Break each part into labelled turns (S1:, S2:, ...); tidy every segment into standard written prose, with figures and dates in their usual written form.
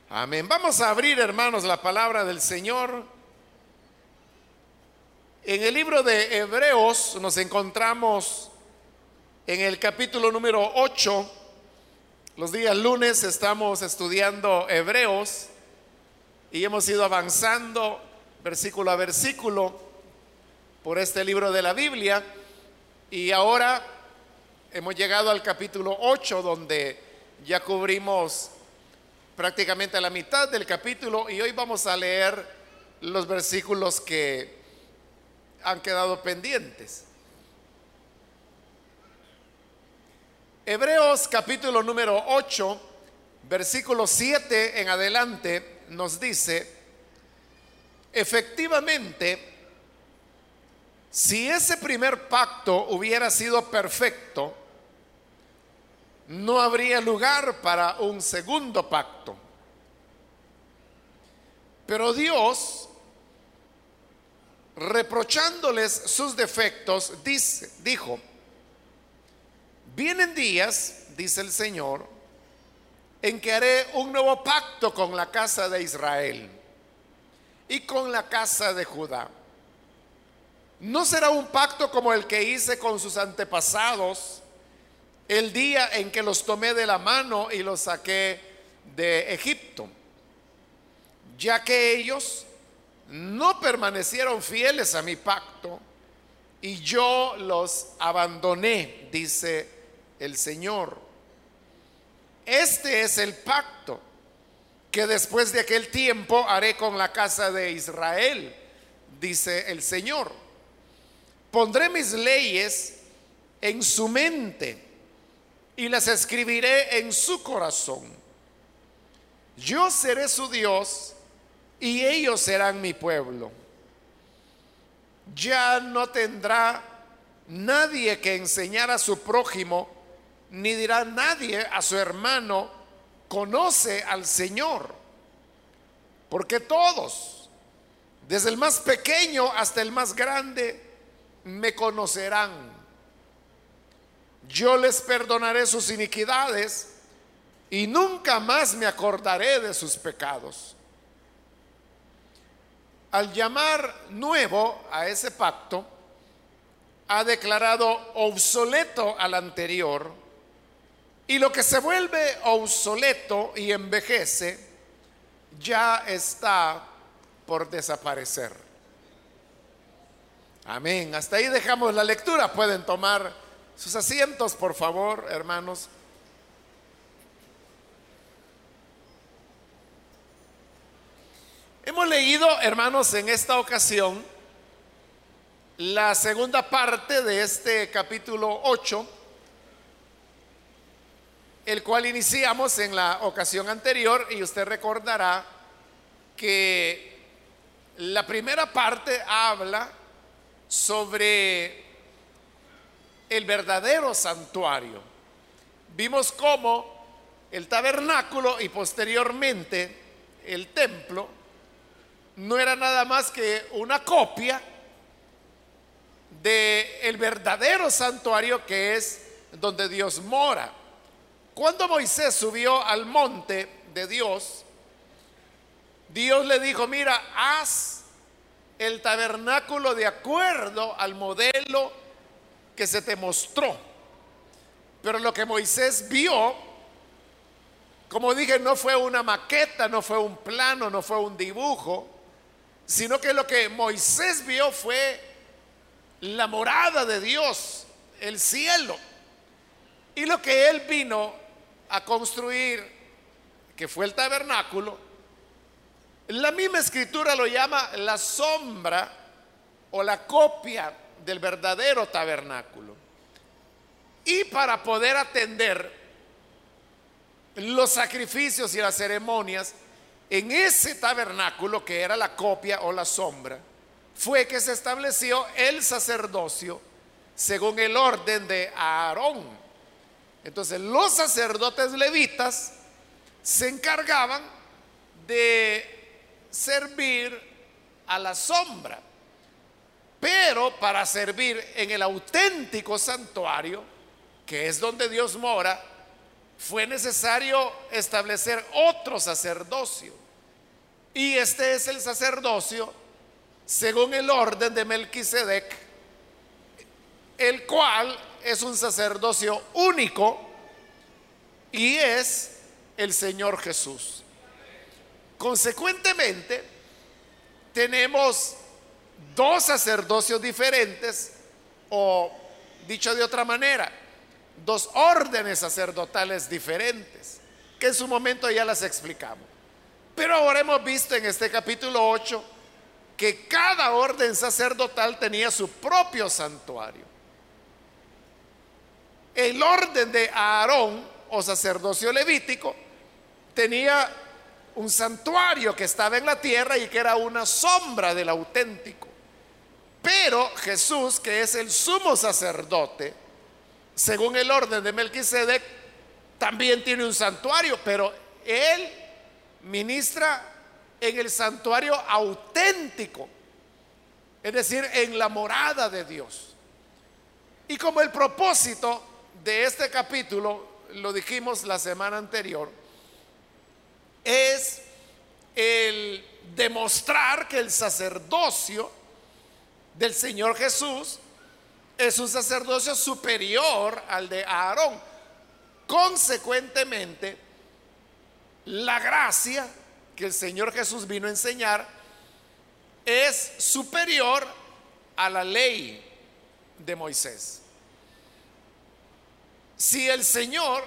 S1: Amén. Vamos a abrir, hermanos, la palabra del Señor. En el libro de Hebreos nos encontramos en el capítulo número 8. Los días lunes estamos estudiando Hebreos y hemos ido avanzando versículo a versículo por este libro de la Biblia. Y ahora hemos llegado al capítulo 8, donde ya cubrimos prácticamente la mitad del capítulo, y hoy vamos a leer los versículos que han quedado pendientes. Hebreos capítulo número 8, versículo 7 en adelante nos dice: efectivamente, si ese primer pacto hubiera sido perfecto, no habría lugar para un segundo pacto. Pero Dios, reprochándoles sus defectos, dijo: vienen días, dice el Señor, en que haré un nuevo pacto con la casa de Israel y con la casa de Judá. No será un pacto como el que hice con sus antepasados el día en que los tomé de la mano y los saqué de Egipto, ya que ellos no permanecieron fieles a mi pacto y yo los abandoné, dice el Señor. Este es el pacto que después de aquel tiempo haré con la casa de Israel, dice el Señor. Pondré mis leyes en su mente y las escribiré en su corazón. Yo seré su Dios y ellos serán mi pueblo. Ya no tendrá nadie que enseñar a su prójimo, ni dirá nadie a su hermano: conoce al Señor, porque todos, desde el más pequeño hasta el más grande, me conocerán. Yo les perdonaré sus iniquidades y nunca más me acordaré de sus pecados. Al llamar nuevo a ese pacto, ha declarado obsoleto al anterior, y lo que se vuelve obsoleto y envejece ya está por desaparecer. Amén. Hasta ahí dejamos la lectura. Pueden tomar sus asientos, por favor, hermanos. Hemos leído, hermanos, en esta ocasión la segunda parte de este capítulo 8, el cual iniciamos en la ocasión anterior, y usted recordará que la primera parte habla sobre el verdadero santuario. Vimos cómo el tabernáculo y posteriormente el templo no era nada más que una copia del verdadero santuario, que es donde Dios mora. Cuando Moisés subió al monte de Dios, Dios le dijo: mira, haz el tabernáculo de acuerdo al modelo que se te mostró. Pero lo que Moisés vio, como dije, no fue una maqueta, no fue un plano, no fue un dibujo, sino que lo que Moisés vio fue la morada de Dios, el cielo. Y lo que él vino a construir, que fue el tabernáculo, la misma escritura lo llama la sombra o la copia del verdadero tabernáculo. Y para poder atender los sacrificios y las ceremonias en ese tabernáculo, que era la copia o la sombra, fue que se estableció el sacerdocio según el orden de Aarón. Entonces los sacerdotes levitas se encargaban de servir a la sombra, pero para servir en el auténtico santuario, que es donde Dios mora, fue necesario establecer otro sacerdocio. Y este es el sacerdocio según el orden de Melquisedec, el cual es un sacerdocio único y es el Señor Jesús. Consecuentemente, tenemos dos sacerdocios diferentes, o dicho de otra manera, dos órdenes sacerdotales diferentes, que en su momento ya las explicamos. Pero ahora hemos visto en este capítulo 8 que cada orden sacerdotal tenía su propio santuario. El orden de Aarón o sacerdocio levítico tenía un santuario que estaba en la tierra y que era una sombra del auténtico. Pero Jesús, que es el sumo sacerdote, según el orden de Melquisedec, también tiene un santuario, pero él ministra en el santuario auténtico, es decir, en la morada de Dios. Y como el propósito de este capítulo, lo dijimos la semana anterior, es el demostrar que el sacerdocio del Señor Jesús es un sacerdocio superior al de Aarón. Consecuentemente, la gracia que el Señor Jesús vino a enseñar es superior a la ley de Moisés. Si el Señor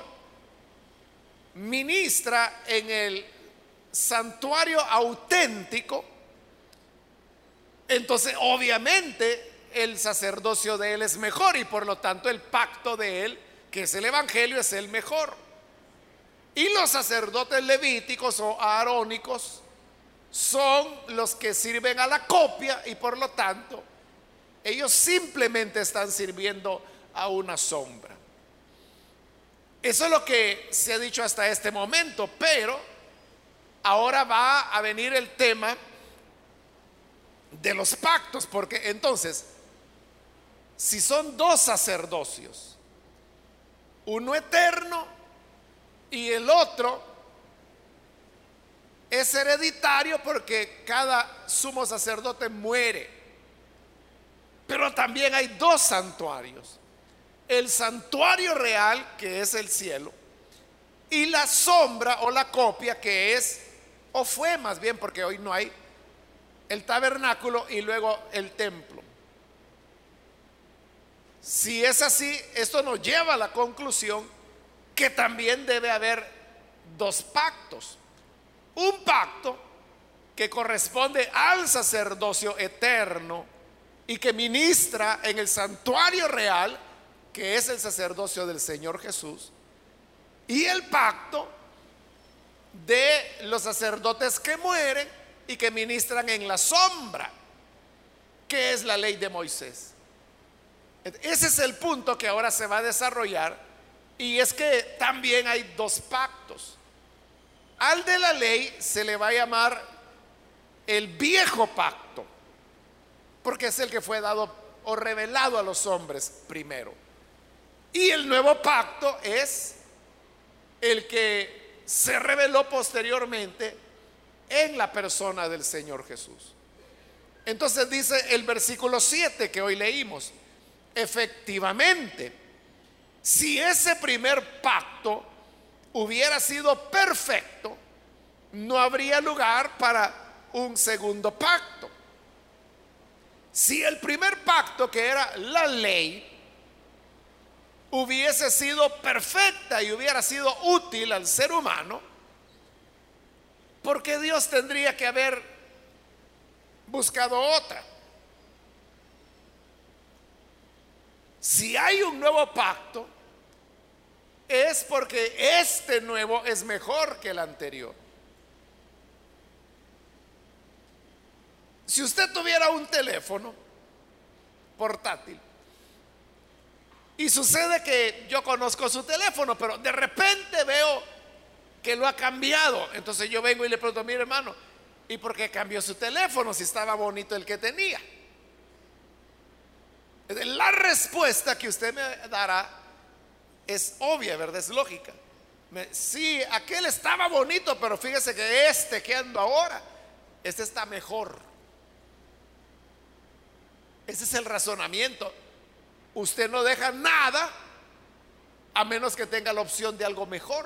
S1: ministra en el santuario auténtico, entonces obviamente el sacerdocio de él es mejor y por lo tanto el pacto de él, que es el evangelio, es el mejor. Y los sacerdotes levíticos o aarónicos son los que sirven a la copia y por lo tanto ellos simplemente están sirviendo a una sombra. Eso es lo que se ha dicho hasta este momento, pero ahora va a venir el tema de los pactos, porque entonces, si son dos sacerdocios, uno eterno y el otro es hereditario porque cada sumo sacerdote muere, pero también hay dos santuarios: el santuario real, que es el cielo, y la sombra o la copia, que es, o fue más bien, porque hoy no hay, el tabernáculo y luego el templo. Si es así, esto nos lleva a la conclusión que también debe haber dos pactos: un pacto que corresponde al sacerdocio eterno y que ministra en el santuario real, que es el sacerdocio del Señor Jesús, y el pacto de los sacerdotes que mueren y que ministran en la sombra, que es la ley de Moisés. Ese es el punto que ahora se va a desarrollar, y es que también hay dos pactos. Al de la ley se le va a llamar el viejo pacto, porque es el que fue dado o revelado a los hombres primero. Y el nuevo pacto es el que se reveló posteriormente en la persona del Señor Jesús. Entonces dice el versículo 7 que hoy leímos: efectivamente, si ese primer pacto hubiera sido perfecto, no habría lugar para un segundo pacto. Si el primer pacto, que era la ley, hubiese sido perfecta y hubiera sido útil al ser humano, ¿por qué Dios tendría que haber buscado otra? Si hay un nuevo pacto, es porque este nuevo es mejor que el anterior. Si usted tuviera un teléfono portátil y sucede que yo conozco su teléfono, pero de repente veo que lo ha cambiado, entonces yo vengo y le pregunto: mire, hermano, ¿y por qué cambió su teléfono si estaba bonito el que tenía? La respuesta que usted me dará es obvia, ¿verdad? Es lógica. Sí, aquel estaba bonito, pero fíjese que este que ando ahora, este está mejor. Ese es el razonamiento. Usted no deja nada a menos que tenga la opción de algo mejor.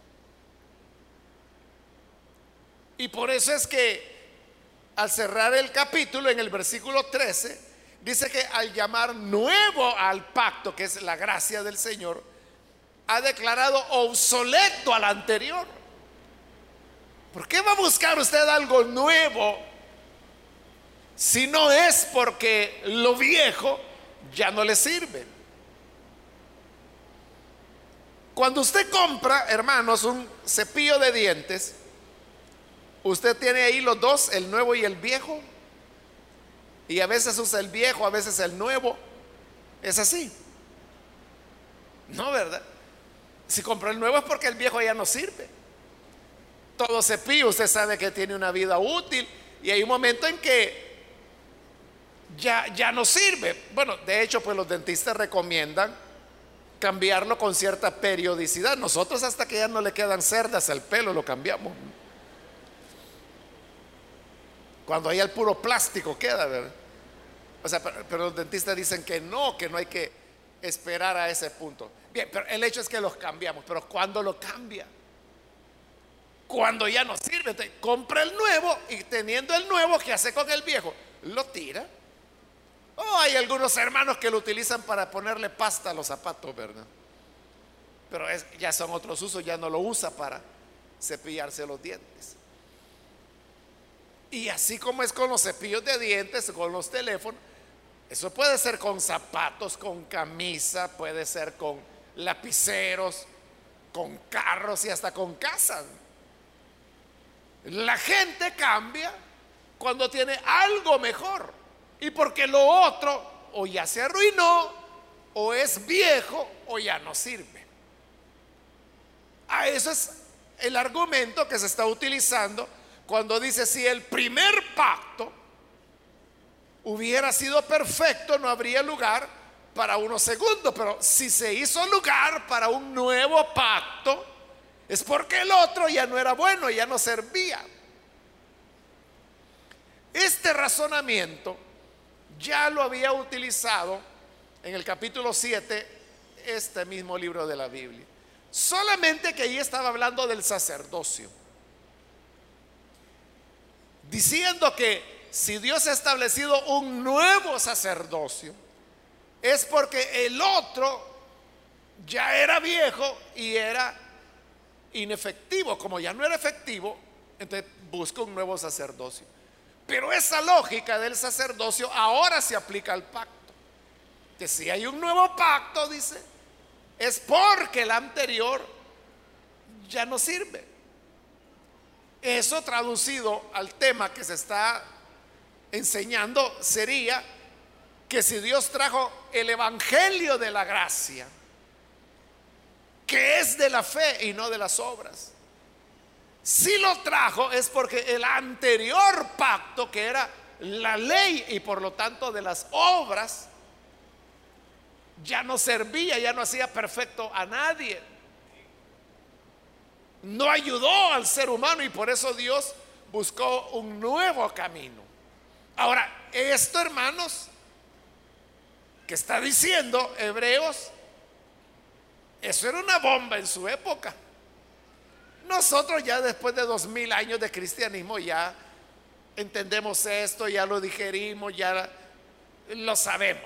S1: Y por eso es que al cerrar el capítulo, en el versículo 13, dice que al llamar nuevo al pacto, que es la gracia del Señor, ha declarado obsoleto al anterior. ¿Por qué va a buscar usted algo nuevo si no es porque lo viejo ya no le sirve? Cuando usted compra, hermanos, un cepillo de dientes, usted tiene ahí los dos, el nuevo y el viejo, y a veces usa el viejo, a veces el nuevo. Es así, ¿no, verdad? Si compró el nuevo es porque el viejo ya no sirve. Todo cepillo usted sabe que tiene una vida útil, y hay un momento en que ya no sirve. Bueno, de hecho, pues los dentistas recomiendan cambiarlo con cierta periodicidad. Nosotros hasta que ya no le quedan cerdas al pelo lo cambiamos. Cuando hay el puro plástico queda, ¿verdad? O sea, pero los dentistas dicen que no hay que esperar a ese punto. Bien, pero el hecho es que los cambiamos. Pero ¿cuándo lo cambia? Cuando ya no sirve. Entonces, compra el nuevo, y teniendo el nuevo, ¿qué hace con el viejo? Lo tira. Hay algunos hermanos que lo utilizan para ponerle pasta a los zapatos, ¿verdad? Pero ya son otros usos, ya no lo usa para cepillarse los dientes. Y así como es con los cepillos de dientes, con los teléfonos, eso puede ser con zapatos, con camisa, puede ser con lapiceros, con carros y hasta con casas. La gente cambia cuando tiene algo mejor, y porque lo otro o ya se arruinó, o es viejo, o ya no sirve. Eso es el argumento que se está utilizando cuando dice: si el primer pacto hubiera sido perfecto, no habría lugar para uno segundo. Pero si se hizo lugar para un nuevo pacto, es porque el otro ya no era bueno, ya no servía. Este razonamiento ya lo había utilizado en el capítulo 7 este mismo libro de la Biblia, solamente que ahí estaba hablando del sacerdocio, diciendo que si Dios ha establecido un nuevo sacerdocio, es porque el otro ya era viejo y era inefectivo. Como ya no era efectivo, entonces busca un nuevo sacerdocio. Pero esa lógica del sacerdocio ahora se aplica al pacto. Que si hay un nuevo pacto, dice, es porque el anterior ya no sirve. Eso, traducido al tema que se está enseñando, sería que si Dios trajo el evangelio de la gracia, que es de la fe y no de las obras, si lo trajo es porque el anterior pacto, que era la ley y por lo tanto de las obras, ya no servía, ya no hacía perfecto a nadie, no ayudó al ser humano, y por eso Dios buscó un nuevo camino. Ahora, esto, hermanos, que está diciendo Hebreos, eso era una bomba en su época. Nosotros ya después de 2000 años de cristianismo ya entendemos esto, ya lo digerimos, ya lo sabemos.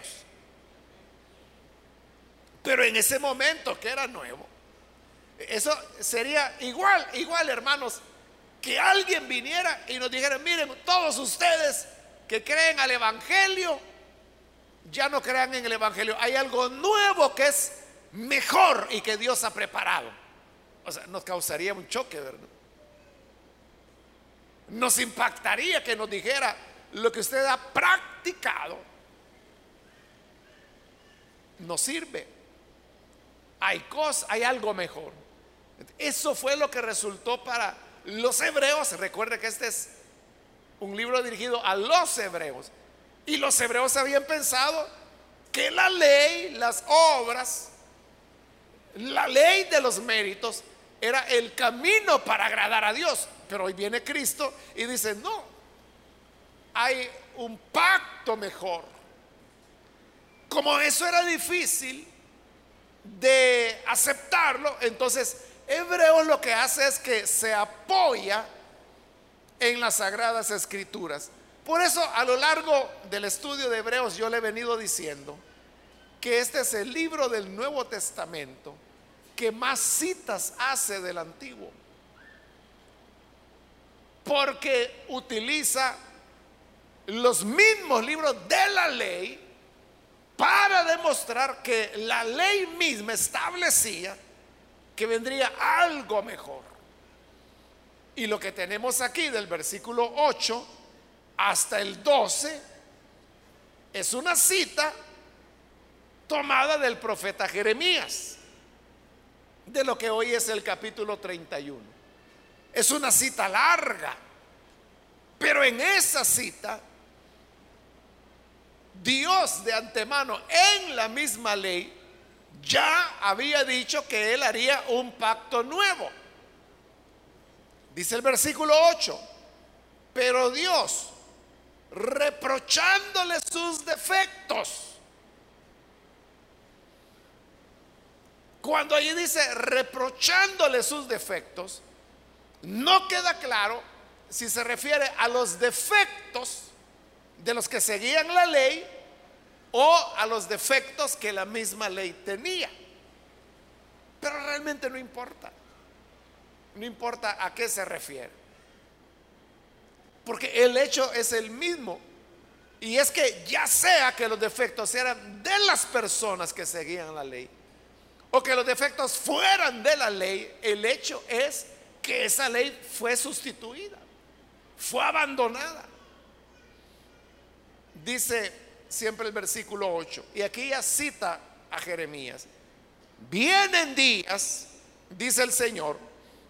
S1: Pero en ese momento, que era nuevo, eso sería igual, hermanos, que alguien viniera y nos dijera: miren, todos ustedes que creen al evangelio, ya no crean en el evangelio, hay algo nuevo que es mejor y que Dios ha preparado. O sea, nos causaría un choque, ¿verdad? Nos impactaría que nos dijera: lo que usted ha practicado no sirve, hay algo mejor. Eso fue lo que resultó para los hebreos. Recuerde que este es un libro dirigido a los hebreos, y los hebreos habían pensado que la ley, las obras, la ley de los méritos era el camino para agradar a Dios. Pero hoy viene Cristo y dice, no, hay un pacto mejor. Como eso era difícil de aceptarlo, entonces Hebreos lo que hace es que se apoya en las Sagradas Escrituras. Por eso a lo largo del estudio de Hebreos yo le he venido diciendo que este es el libro del Nuevo Testamento que más citas hace del Antiguo, porque utiliza los mismos libros de la ley para demostrar que la ley misma establecía que vendría algo mejor. Y lo que tenemos aquí del versículo 8 hasta el 12 es una cita tomada del profeta Jeremías, de lo que hoy es el capítulo 31. Es una cita larga, pero en esa cita Dios de antemano en la misma ley ya había dicho que Él haría un pacto nuevo. Dice el versículo 8, pero Dios, reprochándole sus defectos. Cuando allí dice reprochándole sus defectos, no queda claro si se refiere a los defectos de los que seguían la ley o a los defectos que la misma ley tenía. Pero realmente no importa. No importa a qué se refiere, porque el hecho es el mismo. Y es que ya sea que los defectos eran de las personas que seguían la ley o que los defectos fueran de la ley, el hecho es que esa ley fue sustituida, fue abandonada. Dice siempre el versículo 8, y aquí ya cita a Jeremías: vienen días, dice el Señor,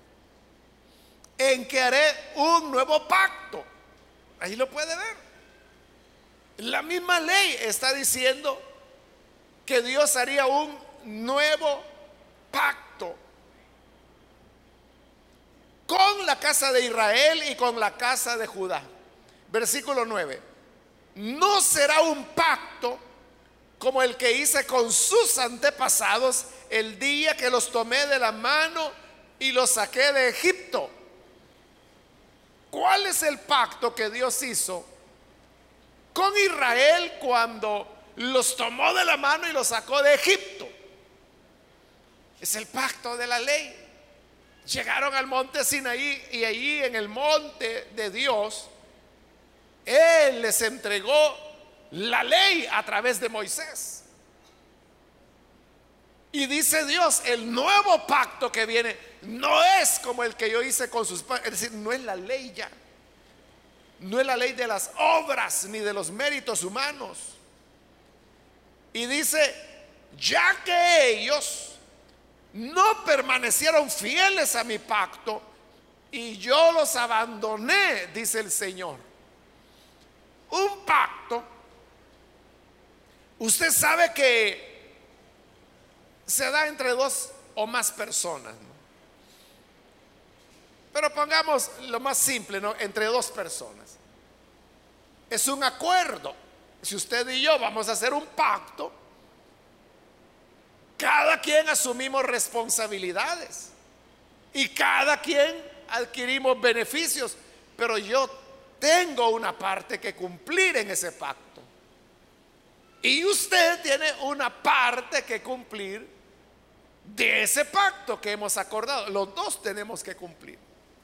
S1: en que haré un nuevo pacto. Ahí lo puede ver. La misma ley está diciendo que Dios haría un nuevo pacto con la casa de Israel y con la casa de Judá. Versículo 9: no será un pacto como el que hice con sus antepasados el día que los tomé de la mano y los saqué de Egipto. ¿Cuál es el pacto que Dios hizo con Israel cuando los tomó de la mano y los sacó de Egipto? Es el pacto de la ley. Llegaron al monte Sinaí y allí en el monte de Dios Él les entregó la ley a través de Moisés. Y dice Dios, el nuevo pacto que viene no es como el que yo hice con sus padres. Es decir, no es la ley ya. No es la ley de las obras ni de los méritos humanos. Y dice, ya que ellos no permanecieron fieles a mi pacto y yo los abandoné, dice el Señor. Un pacto, usted sabe que se da entre dos o más personas, ¿no? Pero pongamos lo más simple, ¿no? Entre dos personas. Es un acuerdo. Si usted y yo vamos a hacer un pacto, cada quien asumimos responsabilidades y cada quien adquirimos beneficios, pero yo tengo una parte que cumplir en ese pacto y usted tiene una parte que cumplir de ese pacto que hemos acordado. Los dos tenemos que cumplir.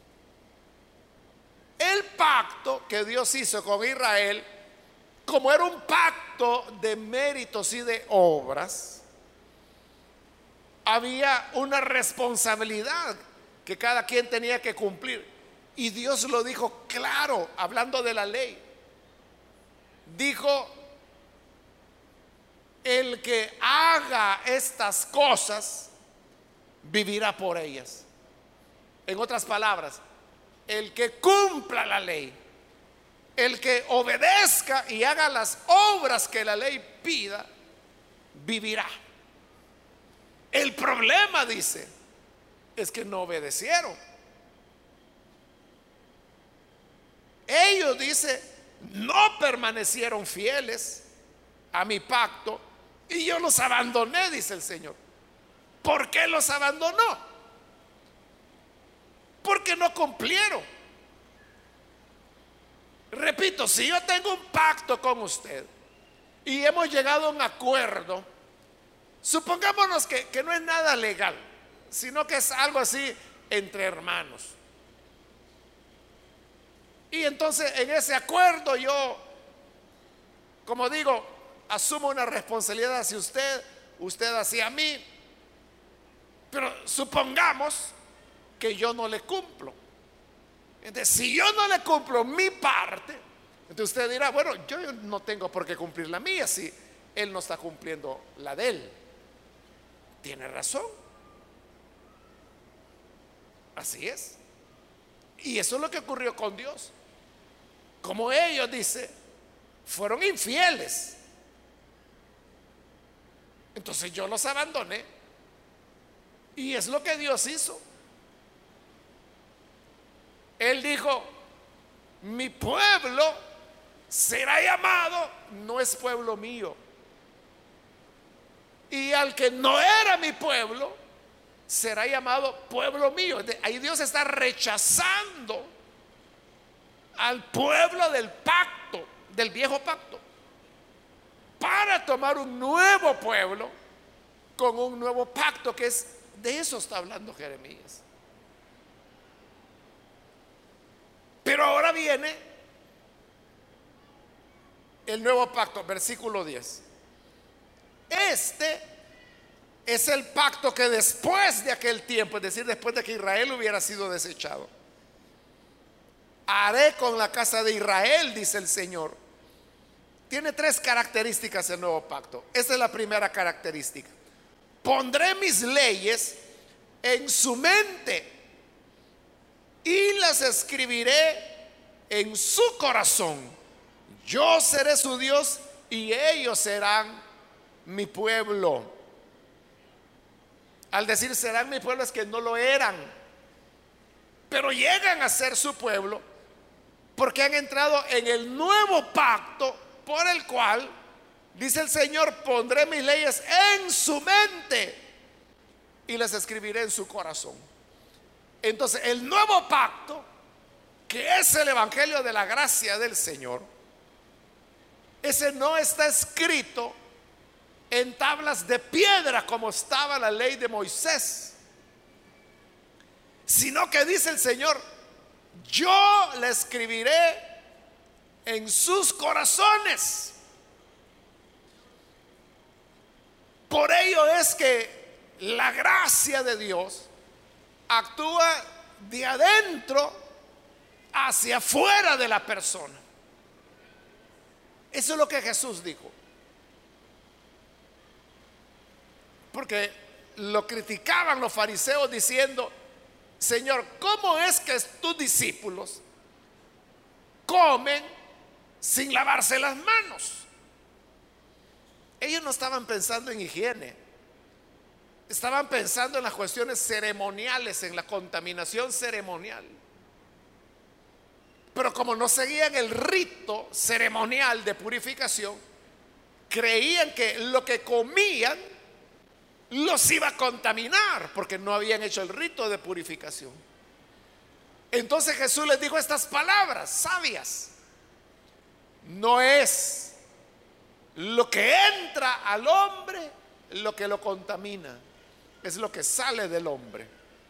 S1: El pacto que Dios hizo con Israel, como era un pacto de méritos y de obras, había una responsabilidad que cada quien tenía que cumplir. Y Dios lo dijo claro, hablando de la ley. Dijo, el que haga estas cosas vivirá por ellas. En otras palabras, el que cumpla la ley, el que obedezca y haga las obras que la ley pida, vivirá. El problema, dice, es que no obedecieron. Ellos, dice, no permanecieron fieles a mi pacto y yo los abandoné, dice el Señor. ¿Por qué los abandonó? Porque no cumplieron. Repito, si yo tengo un pacto con usted y hemos llegado a un acuerdo, supongámonos que no es nada legal, sino que es algo así entre hermanos. Y entonces en ese acuerdo yo, como digo, asumo una responsabilidad hacia usted, usted hacia mí. Pero supongamos que yo no le cumplo. Entonces, si yo no le cumplo mi parte, entonces usted dirá, bueno, yo no tengo por qué cumplir la mía si él no está cumpliendo la de él. Tiene razón. Así es. Y eso es lo que ocurrió con Dios. Como ellos, dice, fueron infieles, entonces yo los abandoné. Y es lo que Dios hizo. Él dijo, mi pueblo será llamado, no es pueblo mío. Y al que no era mi pueblo, será llamado pueblo mío. Ahí Dios está rechazando al pueblo del pacto, del viejo pacto, para tomar un nuevo pueblo con un nuevo pacto, que es, de eso está hablando Jeremías. Pero ahora viene el nuevo pacto, versículo 10. Este es el pacto que después de aquel tiempo, es decir, después de que Israel hubiera sido desechado, haré con la casa de Israel, dice el Señor. Tiene tres características el nuevo pacto. Esta es la primera característica. Pondré mis leyes en su mente y las escribiré en su corazón. Yo seré su Dios y ellos serán mi pueblo. Al decir serán mi pueblo es que no lo eran, pero llegan a ser su pueblo porque han entrado en el nuevo pacto por el cual, dice el Señor, pondré mis leyes en su mente y las escribiré en su corazón. Entonces el nuevo pacto, que es el evangelio de la gracia del Señor, ese no está escrito en tablas de piedra como estaba la ley de Moisés, sino que dice el Señor, yo la escribiré en sus corazones. Por ello es que la gracia de Dios actúa de adentro hacia afuera de la persona. Eso es lo que Jesús dijo. Porque lo criticaban los fariseos diciendo, Señor, ¿cómo es que tus discípulos comen sin lavarse las manos? Ellos no estaban pensando en higiene, estaban pensando en las cuestiones ceremoniales, en la contaminación ceremonial. Pero como no seguían el rito ceremonial de purificación, creían que lo que comían los iba a contaminar porque no habían hecho el rito de purificación. Entonces Jesús les dijo estas palabras sabias: no es lo que entra al hombre lo que lo contamina, es lo que sale del hombre.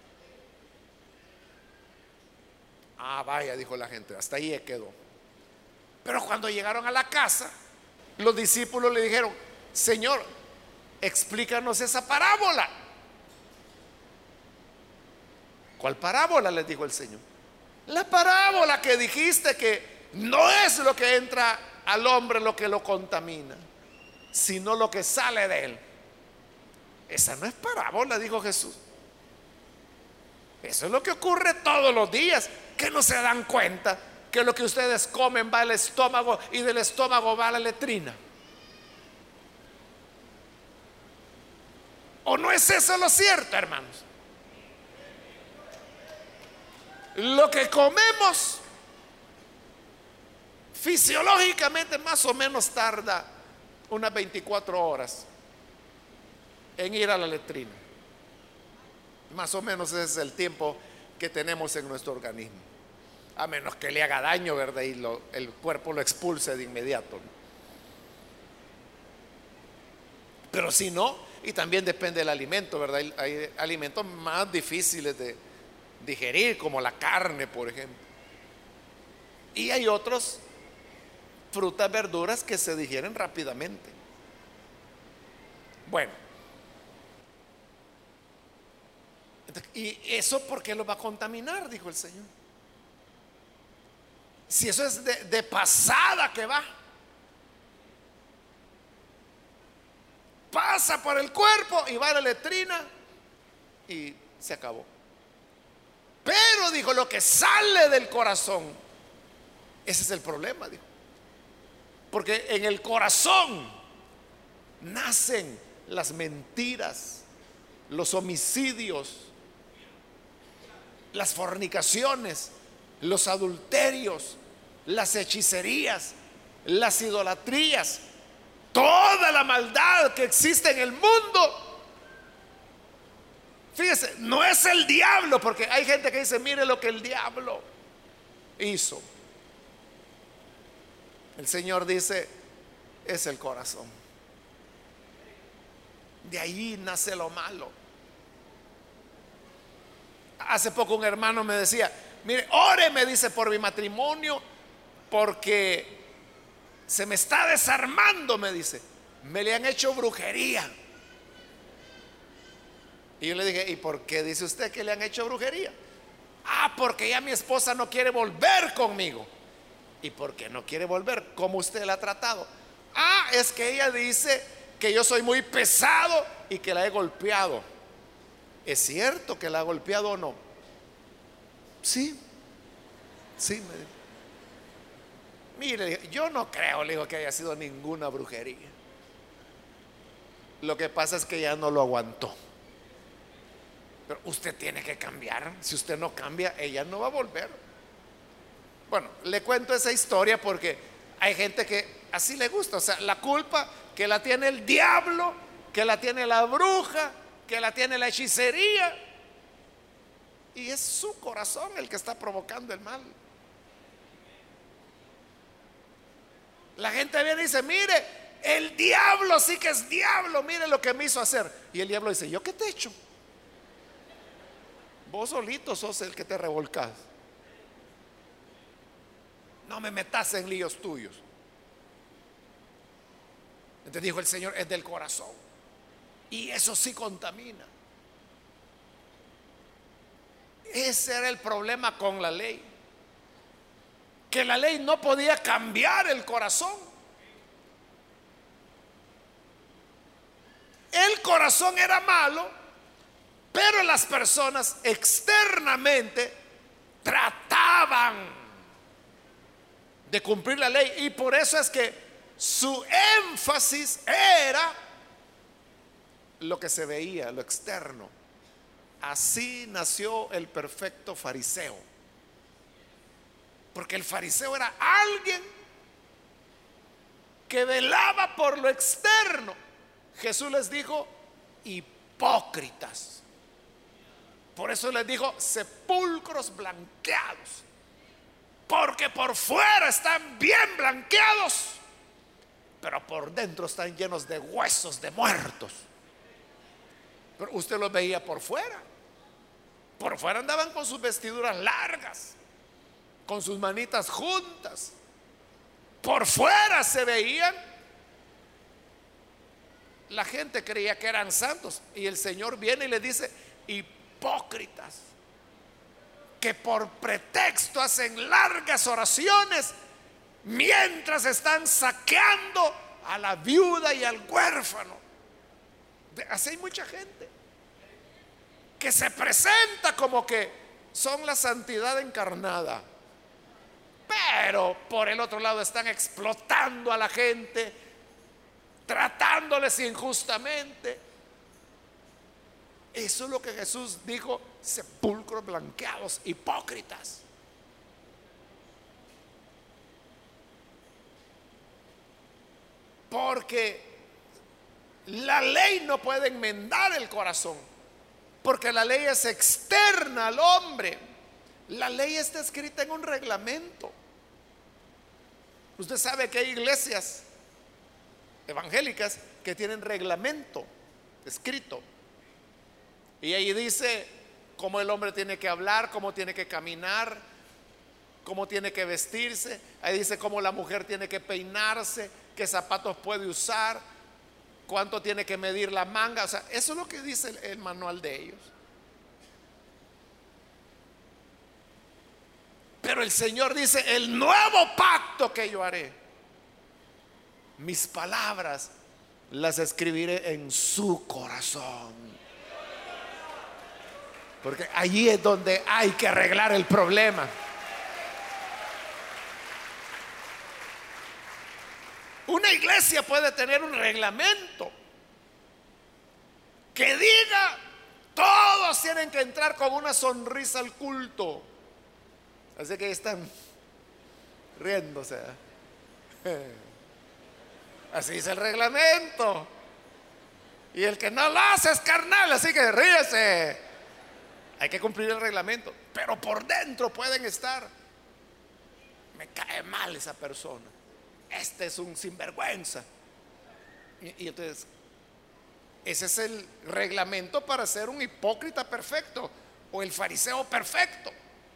S1: Ah, vaya, dijo la gente, hasta ahí quedó. Pero cuando llegaron a la casa, los discípulos le dijeron, Señor, explícanos esa parábola. ¿Cuál parábola?, les dijo el Señor. La parábola que dijiste que no es lo que entra al hombre lo que lo contamina, sino lo que sale de él. Esa no es parábola, dijo Jesús. Eso es lo que ocurre todos los días, que no se dan cuenta que lo que ustedes comen va al estómago y del estómago va a la letrina. ¿O no es eso lo cierto, hermanos? Lo que comemos fisiológicamente más o menos tarda unas 24 horas en ir a la letrina. Más o menos ese es el tiempo que tenemos en nuestro organismo. A menos que le haga daño, ¿verdad? Y el cuerpo lo expulse de inmediato. Pero si no, y también depende del alimento, ¿verdad? Hay alimentos más difíciles de digerir, como la carne, por ejemplo. Y hay otros, frutas, verduras, que se digieren rápidamente. Bueno, ¿y eso por qué lo va a contaminar? Dijo el Señor. Si eso es de pasada que va, pasa por el cuerpo y va a la letrina y se acabó. Pero dijo, lo que sale del corazón, ese es el problema, dijo. Porque en el corazón nacen las mentiras, los homicidios, las fornicaciones, los adulterios, las hechicerías, las idolatrías, toda la maldad que existe en el mundo. Fíjese, no es el diablo, porque hay gente que dice, mire lo que el diablo hizo. El Señor dice, es el corazón. De ahí nace lo malo. Hace poco un hermano me decía, mire, ore, me dice, por mi matrimonio, porque se me está desarmando, me dice, me le han hecho brujería. Y yo le dije, ¿y por qué dice usted que le han hecho brujería? Ah, porque ya mi esposa no quiere volver conmigo. ¿Y por qué no quiere volver? ¿Cómo usted la ha tratado? Ah, es que ella dice que yo soy muy pesado y que la he golpeado. ¿Es cierto que la ha golpeado o no? Sí, sí, me dijo. Mire, yo no creo, le digo, que haya sido ninguna brujería. Lo que pasa es que ya no lo aguantó. Pero usted tiene que cambiar. Si usted no cambia, ella no va a volver. Bueno, le cuento esa historia porque hay gente que así le gusta. O sea, la culpa que la tiene el diablo, que la tiene la bruja, que la tiene la hechicería. Y es su corazón el que está provocando el mal. La gente viene y dice, mire, el diablo sí que es diablo, mire lo que me hizo hacer. Y el diablo dice, ¿yo qué te he hecho? Vos solito sos el que te revolcás. No me metas en líos tuyos. Entonces dijo el Señor, es del corazón. Y eso sí contamina. Ese era el problema con la ley. Que la ley no podía cambiar el corazón. El corazón era malo, pero las personas externamente trataban de cumplir la ley. Y por eso es que su énfasis era lo que se veía, lo externo. Así nació el perfecto fariseo. Porque el fariseo era alguien que velaba por lo externo. Jesús les dijo, hipócritas. Por eso les dijo, sepulcros blanqueados. Porque por fuera están bien blanqueados, pero por dentro están llenos de huesos de muertos. Pero usted los veía por fuera. Por fuera andaban con sus vestiduras largas, con sus manitas juntas. Por fuera se veían. La gente creía que eran santos. Y el Señor viene y le dice, hipócritas, que por pretexto hacen largas oraciones mientras están saqueando a la viuda y al huérfano. Así hay mucha gente que se presenta como que son la santidad encarnada, pero por el otro lado están explotando a la gente, tratándoles injustamente. Eso es lo que Jesús dijo: sepulcros blanqueados, hipócritas. Porque la ley no puede enmendar el corazón, porque la ley es externa al hombre. La ley está escrita en un reglamento. Usted sabe que hay iglesias evangélicas que tienen reglamento escrito, y ahí dice cómo el hombre tiene que hablar, cómo tiene que caminar, cómo tiene que vestirse. Ahí dice cómo la mujer tiene que peinarse, qué zapatos puede usar, cuánto tiene que medir la manga. O sea, eso es lo que dice el manual de ellos. Pero el Señor dice: el nuevo pacto que yo haré, mis palabras las escribiré en su corazón. Porque allí es donde hay que arreglar el problema. Una iglesia puede tener un reglamento que diga: todos tienen que entrar con una sonrisa al culto. Así que están riéndose. Así dice el reglamento. Y el que no lo hace es carnal, así que ríese. Hay que cumplir el reglamento, pero por dentro pueden estar: me cae mal esa persona, este es un sinvergüenza. Y entonces, ese es el reglamento para ser un hipócrita perfecto o el fariseo perfecto.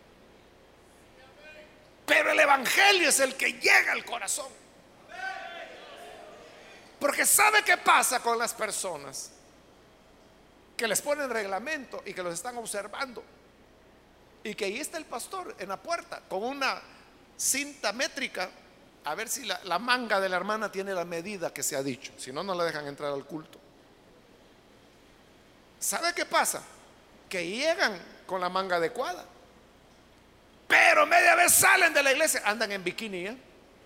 S1: Pero el evangelio es el que llega al corazón. Porque ¿sabe qué pasa con las personas que les ponen reglamento y que los están observando? Y que ahí está el pastor en la puerta con una cinta métrica a ver si la manga de la hermana tiene la medida que se ha dicho. Si no, no la dejan entrar al culto. ¿Sabe qué pasa? Que llegan con la manga adecuada, pero media vez salen de la iglesia, andan en bikini, ¿eh?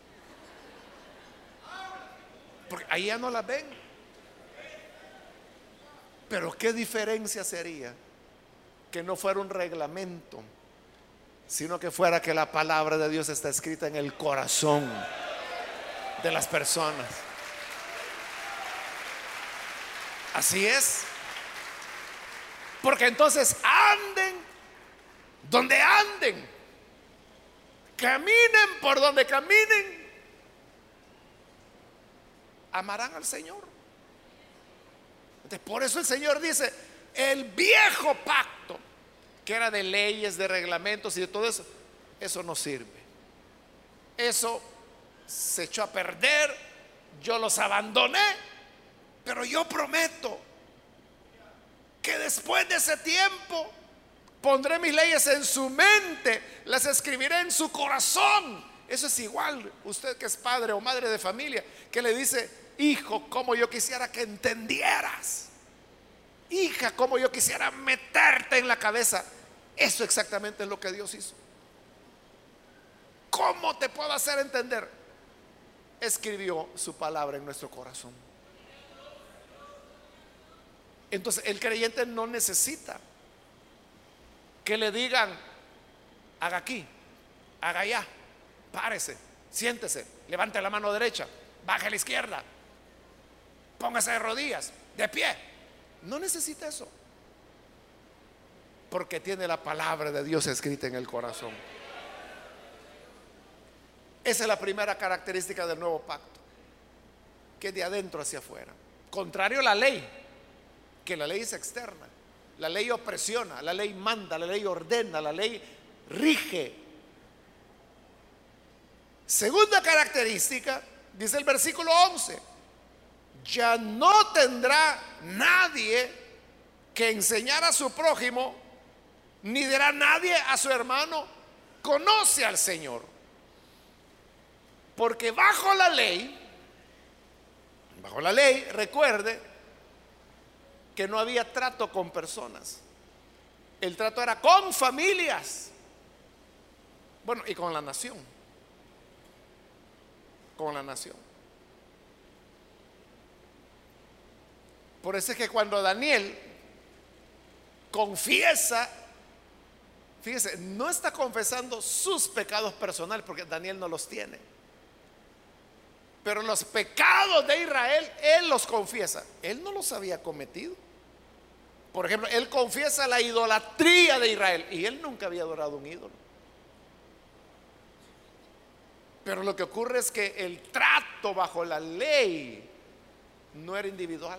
S1: Porque ahí ya no las ven. Pero qué diferencia sería que no fuera un reglamento, sino que fuera que la palabra de Dios está escrita en el corazón de las personas. Así es. Porque entonces anden donde anden, caminen por donde caminen, amarán al Señor. Entonces, por eso el Señor dice: el viejo pacto, que era de leyes, de reglamentos y de todo eso, eso no sirve. Eso se echó a perder, yo los abandoné. Pero yo prometo que después de ese tiempo pondré mis leyes en su mente, las escribiré en su corazón. Eso es igual, usted que es padre o madre de familia, que le dice: hijo, como yo quisiera que entendieras. Hija, como yo quisiera meterte en la cabeza. Eso exactamente es lo que Dios hizo. ¿Cómo te puedo hacer entender? Escribió su palabra en nuestro corazón. Entonces el creyente no necesita que le digan: haga aquí, haga allá, párese, siéntese, levante la mano derecha, baje a la izquierda, póngase de rodillas, de pie. No necesita eso, porque tiene la palabra de Dios escrita en el corazón. Esa es la primera característica del nuevo pacto, que es de adentro hacia afuera. Contrario a la ley, que la ley es externa. La ley opresiona, la ley manda, la ley ordena, la ley rige. Segunda característica, dice el versículo 11: ya no tendrá nadie que enseñar a su prójimo, ni dirá nadie a su hermano: conoce al Señor. Porque bajo la ley, recuerde que no había trato con personas. El trato era con familias. Bueno, y con la nación. Con la nación. Por eso es que cuando Daniel confiesa, fíjese, no está confesando sus pecados personales porque Daniel no los tiene, pero los pecados de Israel él los confiesa. Él no los había cometido. Por ejemplo, él confiesa la idolatría de Israel y él nunca había adorado un ídolo. Pero lo que ocurre es que el trato bajo la ley no era individual,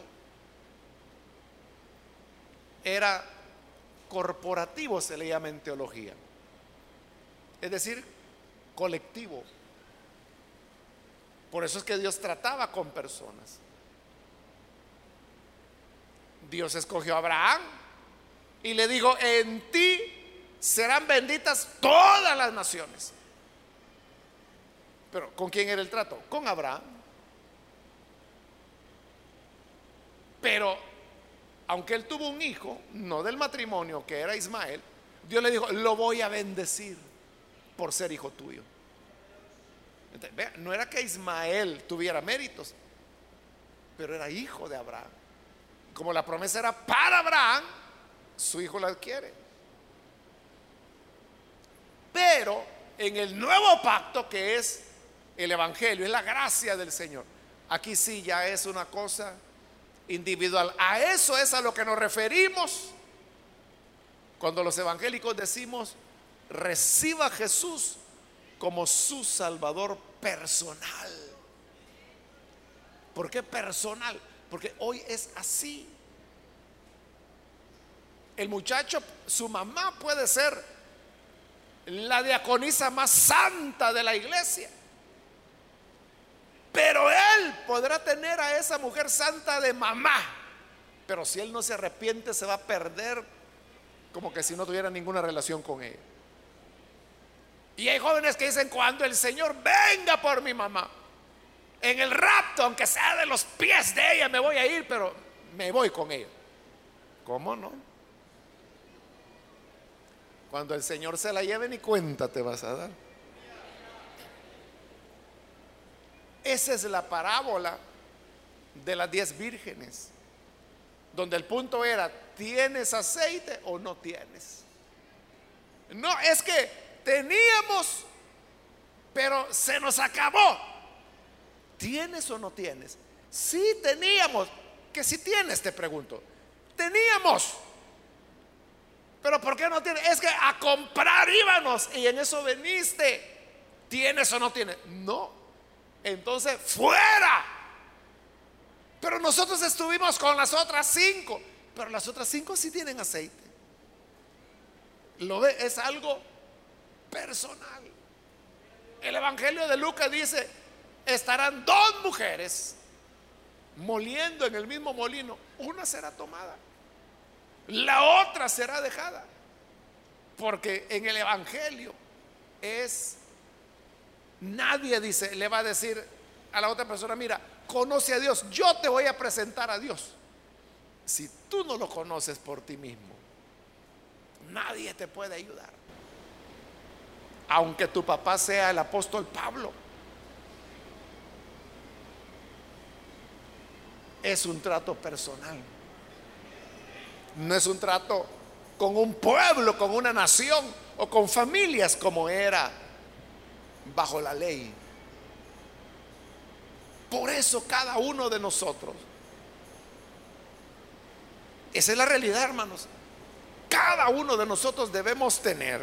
S1: era corporativo, se le llama en teología, es decir, colectivo. Por eso es que Dios trataba con personas. Dios escogió a Abraham y le dijo: en ti serán benditas todas las naciones. Pero ¿con quién era el trato? Con Abraham. Pero aunque él tuvo un hijo, no del matrimonio, que era Ismael, Dios le dijo: lo voy a bendecir por ser hijo tuyo. Entonces, vea, no era que Ismael tuviera méritos, pero era hijo de Abraham. Como la promesa era para Abraham, su hijo la adquiere. Pero en el nuevo pacto, que es el evangelio, es la gracia del Señor, aquí sí ya es una cosa individual. A eso es a lo que nos referimos cuando los evangélicos decimos: reciba a Jesús como su Salvador personal. ¿Por qué personal? Porque hoy es así. El muchacho, su mamá puede ser la diaconisa más santa de la iglesia, pero él podrá tener a esa mujer santa de mamá, pero si él no se arrepiente, se va a perder como que si no tuviera ninguna relación con ella. Y hay jóvenes que dicen: cuando el Señor venga por mi mamá, en el rapto, aunque sea de los pies de ella, me voy a ir, pero me voy con ella. ¿Cómo no? Cuando el Señor se la lleve, ni cuenta te vas a dar. Esa es la parábola de las 10 vírgenes, donde el punto era: ¿tienes aceite o no tienes? No, es que teníamos, pero se nos acabó. ¿Tienes o no tienes? Sí, teníamos. Que si tienes, te pregunto. Teníamos, pero ¿por qué no tienes? Es que a comprar íbamos y en eso veniste. ¿Tienes o no tienes? No. Entonces, fuera. Pero nosotros estuvimos con las otras 5, pero las otras 5 sí tienen aceite. ¿Lo ve? Es algo personal. El evangelio de Lucas dice: estarán 2 mujeres moliendo en el mismo molino, una será tomada, la otra será dejada. Porque en el evangelio es, nadie dice, le va a decir a la otra persona: mira, conoce a Dios, yo te voy a presentar a Dios. Si tú no lo conoces por ti mismo, nadie te puede ayudar. Aunque tu papá sea el apóstol Pablo, es un trato personal. No es un trato con un pueblo, con una nación o con familias como era bajo la ley. Por eso cada uno de nosotros, esa es la realidad, hermanos, cada uno de nosotros debemos tener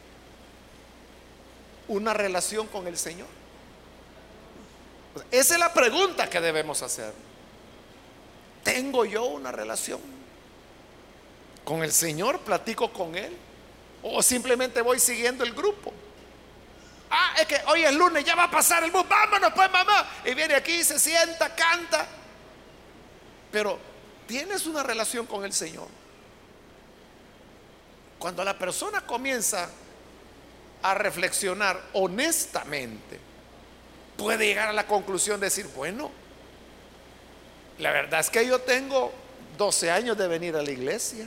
S1: una relación con el Señor. Esa es la pregunta que debemos hacer. ¿Tengo yo una relación con el Señor? ¿Platico con Él? ¿O simplemente voy siguiendo el grupo? Ah, es que hoy es lunes, ya va a pasar el bus, vámonos pues mamá. Y viene aquí, se sienta, canta. Pero ¿tienes una relación con el Señor? Cuando la persona comienza a reflexionar honestamente, puede llegar a la conclusión de decir: bueno, la verdad es que yo tengo 12 años de venir a la iglesia,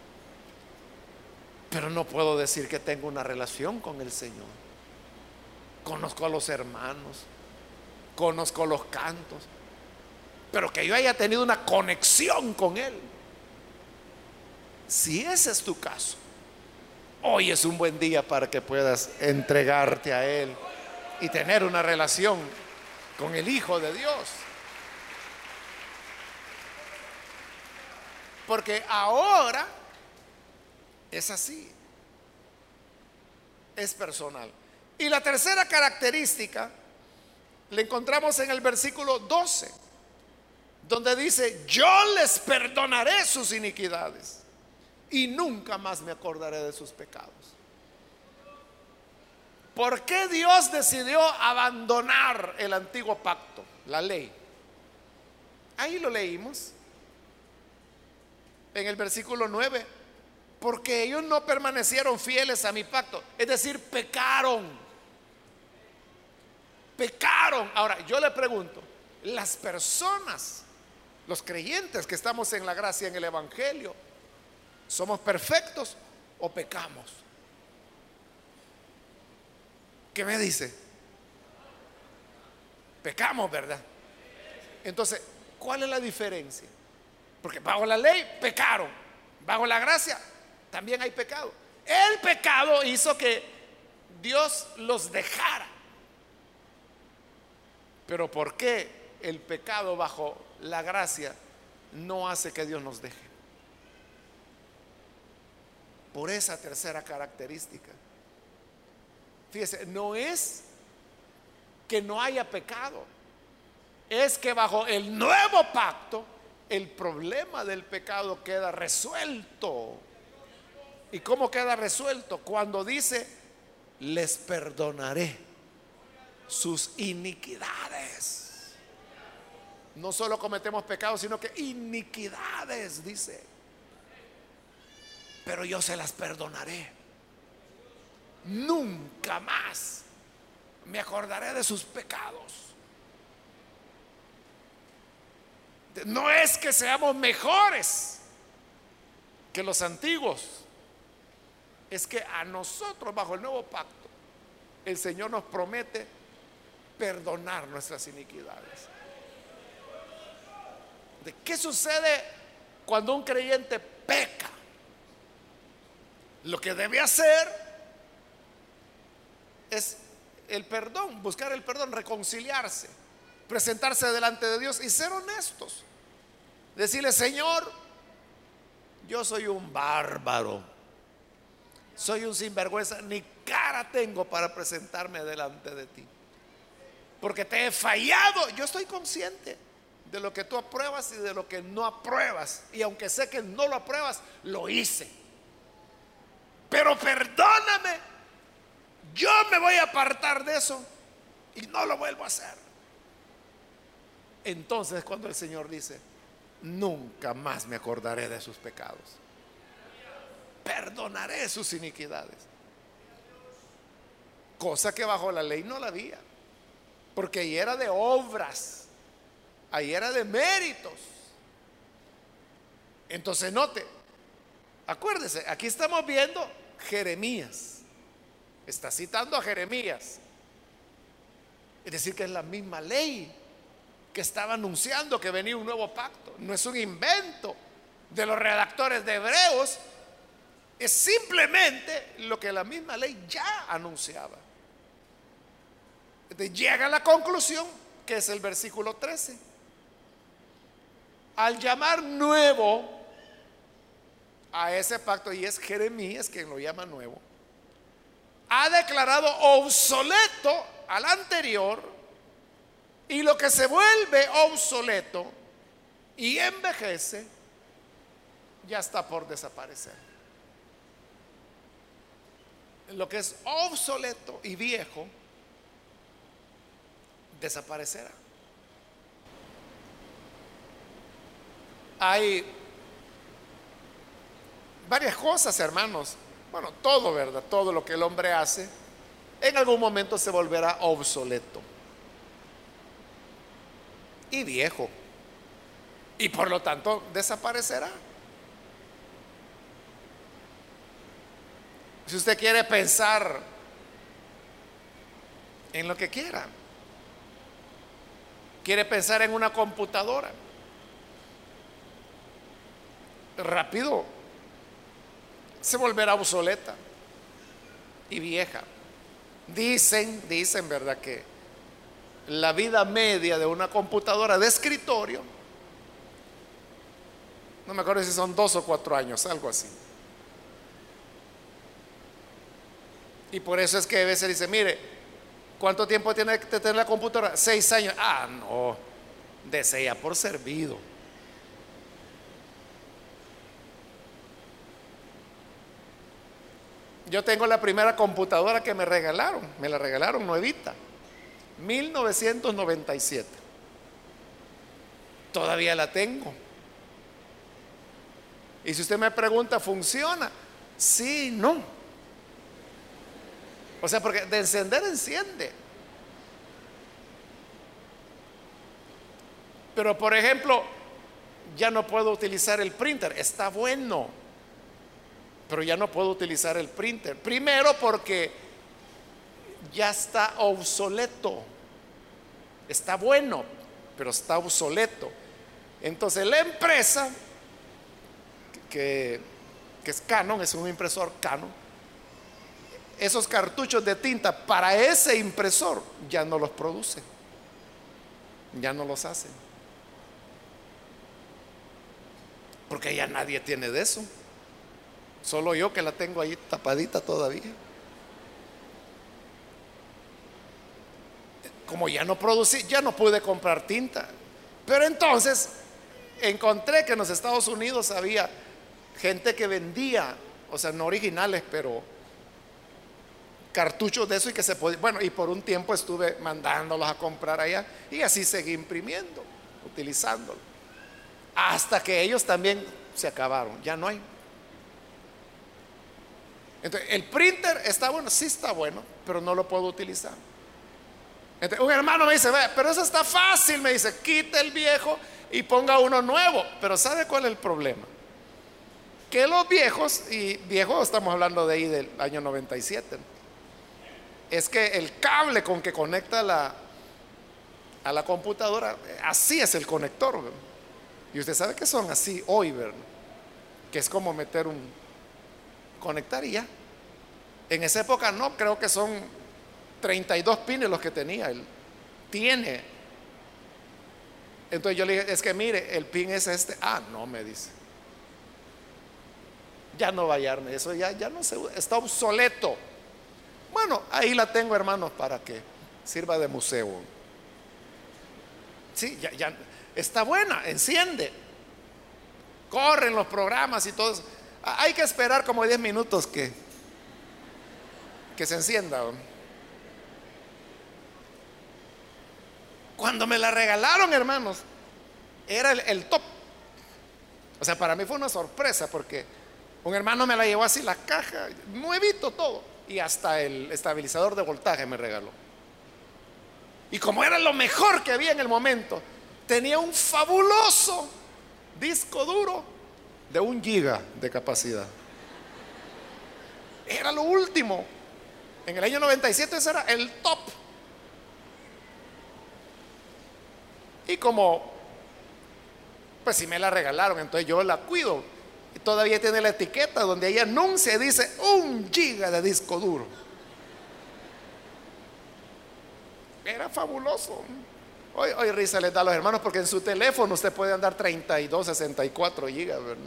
S1: pero no puedo decir que tengo una relación con el Señor. Conozco a los hermanos, conozco los cantos, pero que yo haya tenido una conexión con Él, Si ese es tu caso, hoy es un buen día para que puedas entregarte a Él y tener una relación con el Hijo de Dios. Porque ahora es así, es personal. Y la tercera característica la encontramos en el versículo 12, donde dice: yo les perdonaré sus iniquidades y nunca más me acordaré de sus pecados. ¿Por qué Dios decidió abandonar el antiguo pacto, la ley? Ahí lo leímos en el versículo 9: porque ellos no permanecieron fieles a mi pacto, es decir, pecaron. Ahora yo le pregunto, las personas, los creyentes que estamos en la gracia, en el Evangelio, ¿somos perfectos o pecamos? ¿Qué me dice? Pecamos, ¿verdad? Entonces, ¿cuál es la diferencia? Porque bajo la ley pecaron, bajo la gracia también hay pecado. El pecado hizo que Dios los dejara. Pero ¿por qué el pecado bajo la gracia no hace que Dios nos deje? Por esa tercera característica. Fíjese, no es que no haya pecado, es que bajo el nuevo pacto el problema del pecado queda resuelto. ¿Y cómo queda resuelto? Cuando dice: les perdonaré sus iniquidades. No solo cometemos pecados, sino que iniquidades, dice. Pero yo se las perdonaré. Nunca más me acordaré de sus pecados. No es que seamos mejores que los antiguos, es que a nosotros bajo el nuevo pacto el Señor nos promete perdonar nuestras iniquidades. ¿De qué sucede cuando un creyente peca? Lo que debe hacer es el perdón, buscar el perdón, reconciliarse, presentarse delante de Dios y ser honestos. Decirle: Señor, yo soy un bárbaro, soy un sinvergüenza, ni cara tengo para presentarme delante de ti, porque te he fallado. Yo estoy consciente de lo que tú apruebas y de lo que no apruebas, y aunque sé que no lo apruebas, lo hice. Pero perdóname, yo me voy a apartar de eso y no lo vuelvo a hacer. Entonces, cuando el Señor dice: nunca más me acordaré de sus pecados, perdonaré sus iniquidades, cosa que bajo la ley no la había, porque ahí era de obras, ahí era de méritos. Entonces note, acuérdese, aquí estamos viendo Jeremías, está citando a Jeremías, es decir, que es la misma ley que estaba anunciando que venía un nuevo pacto. No es un invento de los redactores de Hebreos, es simplemente lo que la misma ley ya anunciaba. Entonces llega a la conclusión, que es el versículo 13: al llamar nuevo a ese pacto, y es Jeremías quien lo llama nuevo, ha declarado obsoleto al anterior, y lo que se vuelve obsoleto y envejece ya está por desaparecer. Lo que es obsoleto y viejo desaparecerá. Hay varias cosas, hermanos. Bueno, todo, ¿verdad? Todo lo que el hombre hace en algún momento se volverá obsoleto y viejo, y por lo tanto desaparecerá. Si usted quiere pensar en lo que quiera, quiere pensar en una computadora, rápido se volverá obsoleta y vieja. Dicen, ¿verdad?, que la vida media de una computadora de escritorio, no me acuerdo si son 2 o 4 años, algo así. Y por eso es que a veces dice, mire, ¿cuánto tiempo tiene que tener la computadora? 6 años. Ah, no, dese ya por servido. Yo tengo la primera computadora que me la regalaron nuevita, 1997. Todavía la tengo. Y si usted me pregunta, ¿funciona? Sí, no. O sea, porque de encender, enciende. Pero por ejemplo, ya no puedo utilizar el printer. Está bueno, pero ya no puedo utilizar el printer. Primero porque ya está obsoleto. Está bueno, pero está obsoleto. Entonces la empresa que es Canon, es un impresor Canon, esos cartuchos de tinta para ese impresor ya no los producen, ya no los hacen, porque ya nadie tiene de eso. Solo yo, que la tengo ahí tapadita todavía. Como ya no producí, ya no pude comprar tinta. Pero entonces encontré que en los Estados Unidos había gente que vendía, o sea, no originales, pero cartuchos de eso, y que se podía, bueno, y por un tiempo estuve mandándolos a comprar allá, y así seguí imprimiendo, utilizándolo, hasta que ellos también se acabaron, ya no hay. Entonces, el printer está bueno, sí está bueno, pero no lo puedo utilizar. Entonces, un hermano me dice, ve, pero eso está fácil, me dice, quite el viejo y ponga uno nuevo. Pero ¿sabe cuál es el problema? Que los viejos, y viejos estamos hablando de ahí del año 97, es que el cable con que conecta a la computadora, así es el conector, ¿verdad? Y usted sabe que son así hoy, ¿verdad? Que es como meter conectar y ya. En esa época no, creo que son 32 pines los que tenía. Él tiene. Entonces yo le dije, es que mire, el pin es este. Ah, no, me dice. Ya no va a hallarme, eso ya no se usa, está obsoleto. Bueno, ahí la tengo, hermanos, para que sirva de museo. Sí, ya está buena, enciende. Corren los programas y todo eso. Hay que esperar como 10 minutos que se encienda. Cuando me la regalaron, hermanos, era el top. O sea, para mí fue una sorpresa, porque un hermano me la llevó así, la caja, nuevito todo, y hasta el estabilizador de voltaje me regaló. Y como era lo mejor que había en el momento, tenía un fabuloso disco duro de 1 giga de capacidad. Era lo último. En el año 97 ese era el top. Y como, pues si me la regalaron, entonces yo la cuido. Y todavía tiene la etiqueta donde ahí anuncia, dice 1 giga de disco duro. Era fabuloso. Hoy risa les da a los hermanos, porque en su teléfono usted puede andar 32, 64 gigas, ¿verdad?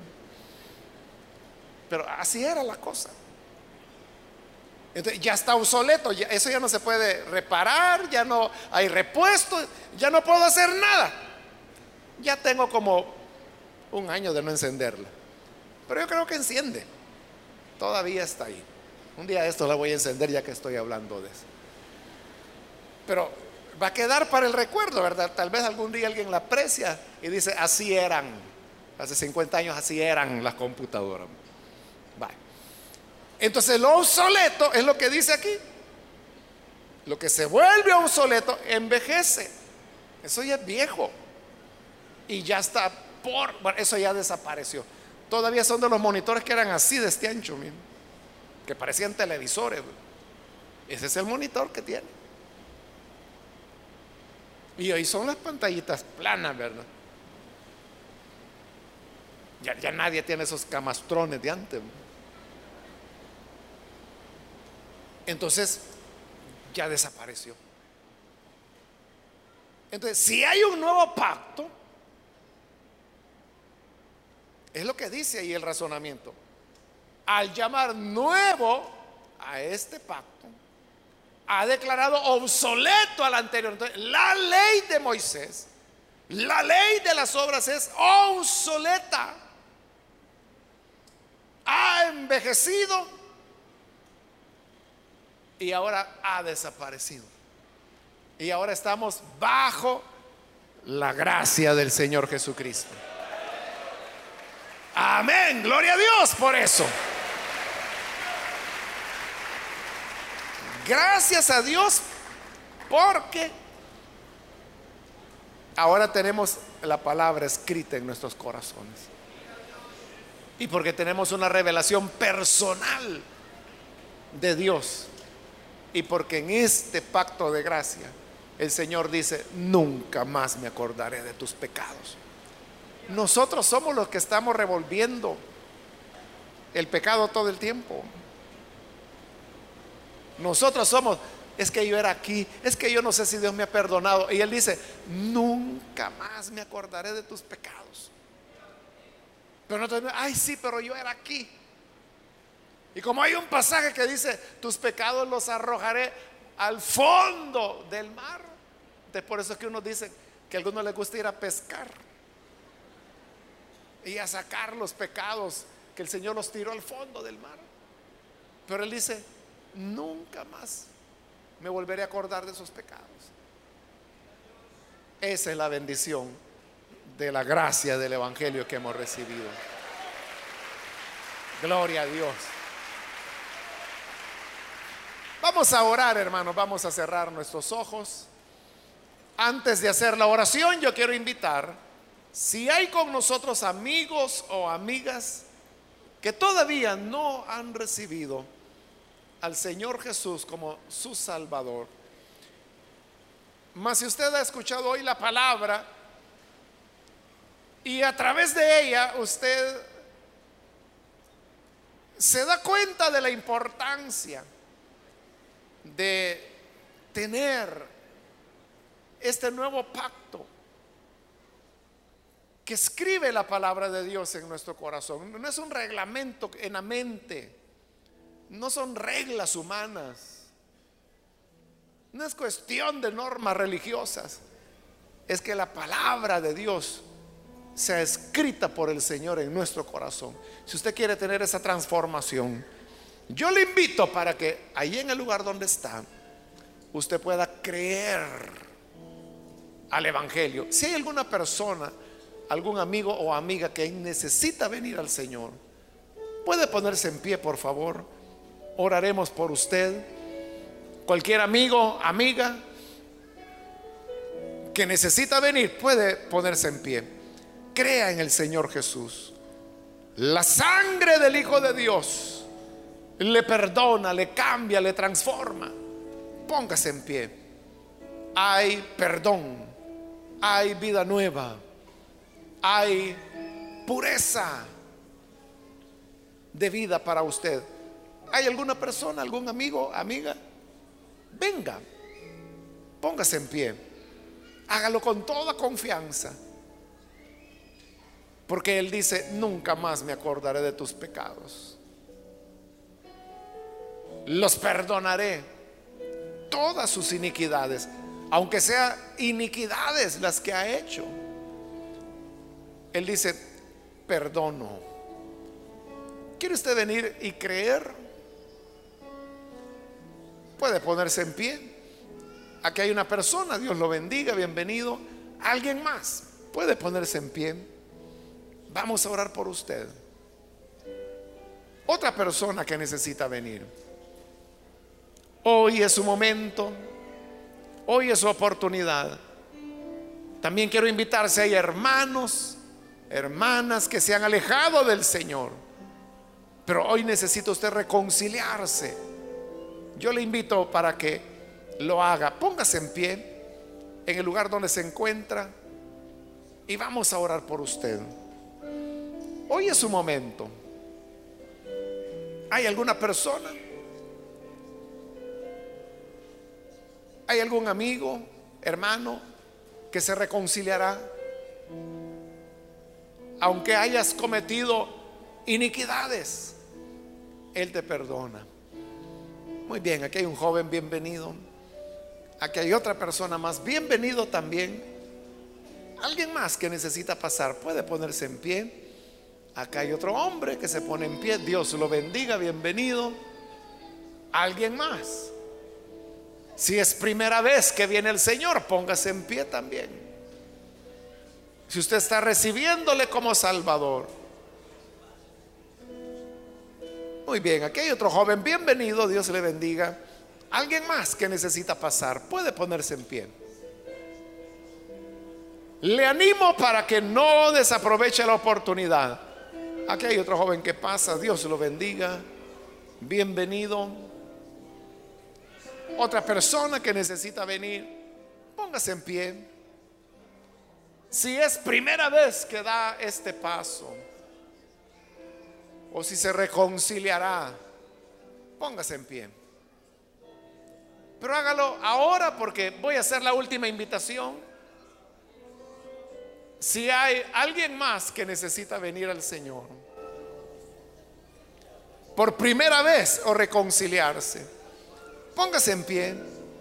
S1: Pero así era la cosa. Entonces ya está obsoleto, eso ya no se puede reparar, ya no hay repuesto, ya no puedo hacer nada. Ya tengo como 1 año de no encenderla, pero yo creo que enciende, todavía está ahí. Un día esto la voy a encender, ya que estoy hablando de eso. Pero va a quedar para el recuerdo, ¿verdad? Tal vez algún día alguien la aprecia y dice, así eran, hace 50 años así eran las computadoras. Vale. Entonces lo obsoleto es lo que dice aquí. Lo que se vuelve obsoleto envejece. Eso ya es viejo. Y ya está bueno, eso ya desapareció. Todavía son de los monitores que eran así de este ancho, mismo, que parecían televisores. Ese es el monitor que tiene. Y hoy son las pantallitas planas, ¿verdad? Ya nadie tiene esos camastrones de antes. entonces ya desapareció. Entonces, si hay un nuevo pacto, es lo que dice ahí el razonamiento. Al llamar nuevo a este pacto, ha declarado obsoleto al anterior. Entonces, la ley de Moisés, la ley de las obras es obsoleta, ha envejecido y ahora ha desaparecido. Y ahora estamos bajo la gracia del Señor Jesucristo. Amén, gloria a Dios por eso. Gracias a Dios porque ahora tenemos la palabra escrita en nuestros corazones. Y porque tenemos una revelación personal de Dios. Y porque en este pacto de gracia el Señor dice: nunca más me acordaré de tus pecados. Nosotros somos los que estamos revolviendo el pecado todo el tiempo. Nosotros somos: es que yo era aquí, es que yo no sé si Dios me ha perdonado. Y Él dice: nunca más me acordaré de tus pecados. Pero nosotros: ay, sí, pero yo era aquí. Y como hay un pasaje que dice: tus pecados los arrojaré al fondo del mar. Entonces, por eso es que uno dice que a algunos les gusta ir a pescar y a sacar los pecados que el Señor los tiró al fondo del mar. Pero Él dice: nunca más me volveré a acordar de esos pecados. Esa es la bendición de la gracia del Evangelio que hemos recibido. Gloria a Dios. Vamos a orar, hermanos. Vamos a cerrar nuestros ojos. Antes de hacer la oración, yo quiero invitar, si hay con nosotros amigos o amigas que todavía no han recibido al Señor Jesús como su Salvador, mas si usted ha escuchado hoy la palabra y a través de ella usted se da cuenta de la importancia de tener este nuevo pacto que escribe la palabra de Dios en nuestro corazón. No es un reglamento en la mente, no son reglas humanas, no es cuestión de normas religiosas, es que la palabra de Dios sea escrita por el Señor en nuestro corazón. Si usted quiere tener esa transformación, yo le invito para que ahí en el lugar donde está usted pueda creer al Evangelio. Si hay alguna persona, algún amigo o amiga que necesita venir al Señor, puede ponerse en pie, por favor. Oraremos por usted. Cualquier amigo, amiga que necesita venir puede ponerse en pie. Crea en el Señor Jesús. La sangre del Hijo de Dios le perdona, le cambia, le transforma. Póngase en pie. Hay perdón, hay vida nueva, hay pureza de vida para usted. ¿Hay alguna persona, algún amigo, amiga? Venga, póngase en pie. Hágalo con toda confianza, porque Él dice: nunca más me acordaré de tus pecados. Los perdonaré todas sus iniquidades, aunque sean iniquidades las que ha hecho. Él dice: perdono. ¿Quiere usted venir y creer? Puede ponerse en pie. Aquí hay una persona, Dios lo bendiga, bienvenido. Alguien más puede ponerse en pie. Vamos a orar por usted. Otra persona que necesita venir. Hoy es su momento. Hoy es su oportunidad. También quiero invitarse. Hay hermanos, hermanas que se han alejado del Señor, pero hoy necesita usted reconciliarse. Yo le invito para que lo haga. Póngase en pie en el lugar donde se encuentra y vamos a orar por usted. Hoy es su momento. ¿Hay alguna persona ¿Hay algún amigo, hermano, que se reconciliará? Aunque hayas cometido iniquidades, Él te perdona. Muy bien, aquí hay un joven, bienvenido. Aquí hay otra persona más, bienvenido también. Alguien más que necesita pasar, puede ponerse en pie. Acá hay otro hombre que se pone en pie, Dios lo bendiga, bienvenido. Alguien más. Si es primera vez que viene el Señor, póngase en pie también. Si usted está recibiéndole como Salvador. Muy bien, aquí hay otro joven, bienvenido, Dios le bendiga. Alguien más que necesita pasar, puede ponerse en pie. Le animo para que no desaproveche la oportunidad. Aquí hay otro joven que pasa, Dios lo bendiga, bienvenido. Otra persona que necesita venir, póngase en pie. Si es primera vez que da este paso, o si se reconciliará, póngase en pie. Pero hágalo ahora, porque voy a hacer la última invitación. Si hay alguien más que necesita venir al Señor por primera vez o reconciliarse, póngase en pie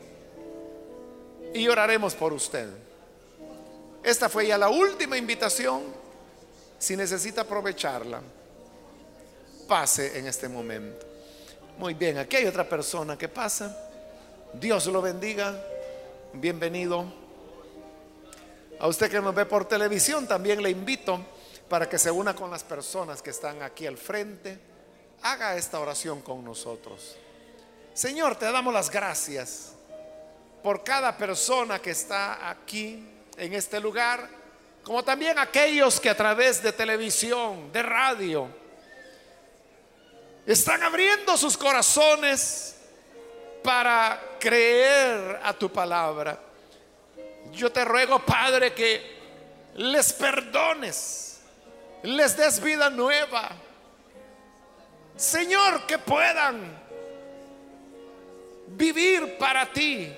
S1: y oraremos por usted. Esta fue ya la última invitación. Si necesita aprovecharla, pase en este momento. Muy bien, aquí hay otra persona que pasa. Dios lo bendiga, bienvenido. A usted que nos ve por televisión, también le invito para que se una con las personas que están aquí al frente. Haga esta oración con nosotros. Señor, te damos las gracias por cada persona que está aquí en este lugar, como también aquellos que a través de televisión, de radio, están abriendo sus corazones para creer a tu palabra. Yo te ruego, Padre, que les perdones, les des vida nueva. Señor, que puedan vivir para ti,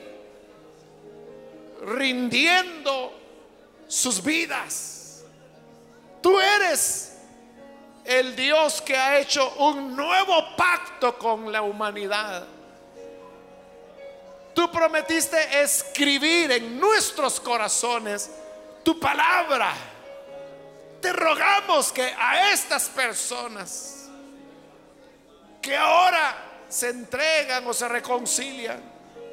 S1: rindiendo sus vidas. Tú eres el Dios que ha hecho un nuevo pacto con la humanidad. Tú prometiste escribir en nuestros corazones tu palabra. Te rogamos que a estas personas que ahora se entregan o se reconcilian,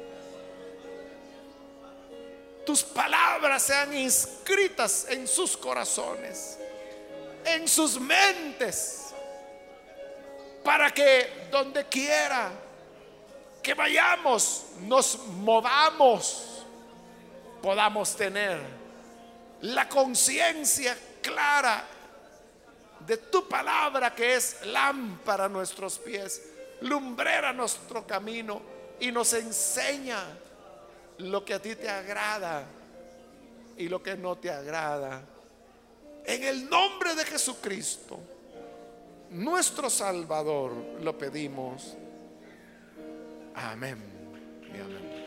S1: tus palabras sean inscritas en sus corazones, en sus mentes, para que donde quiera que vayamos, nos movamos, podamos tener la conciencia clara de tu palabra, que es lámpara a nuestros pies, lumbrera a nuestro camino, y nos enseña lo que a ti te agrada y lo que no te agrada. En el nombre de Jesucristo, nuestro Salvador, lo pedimos. Amén y amén.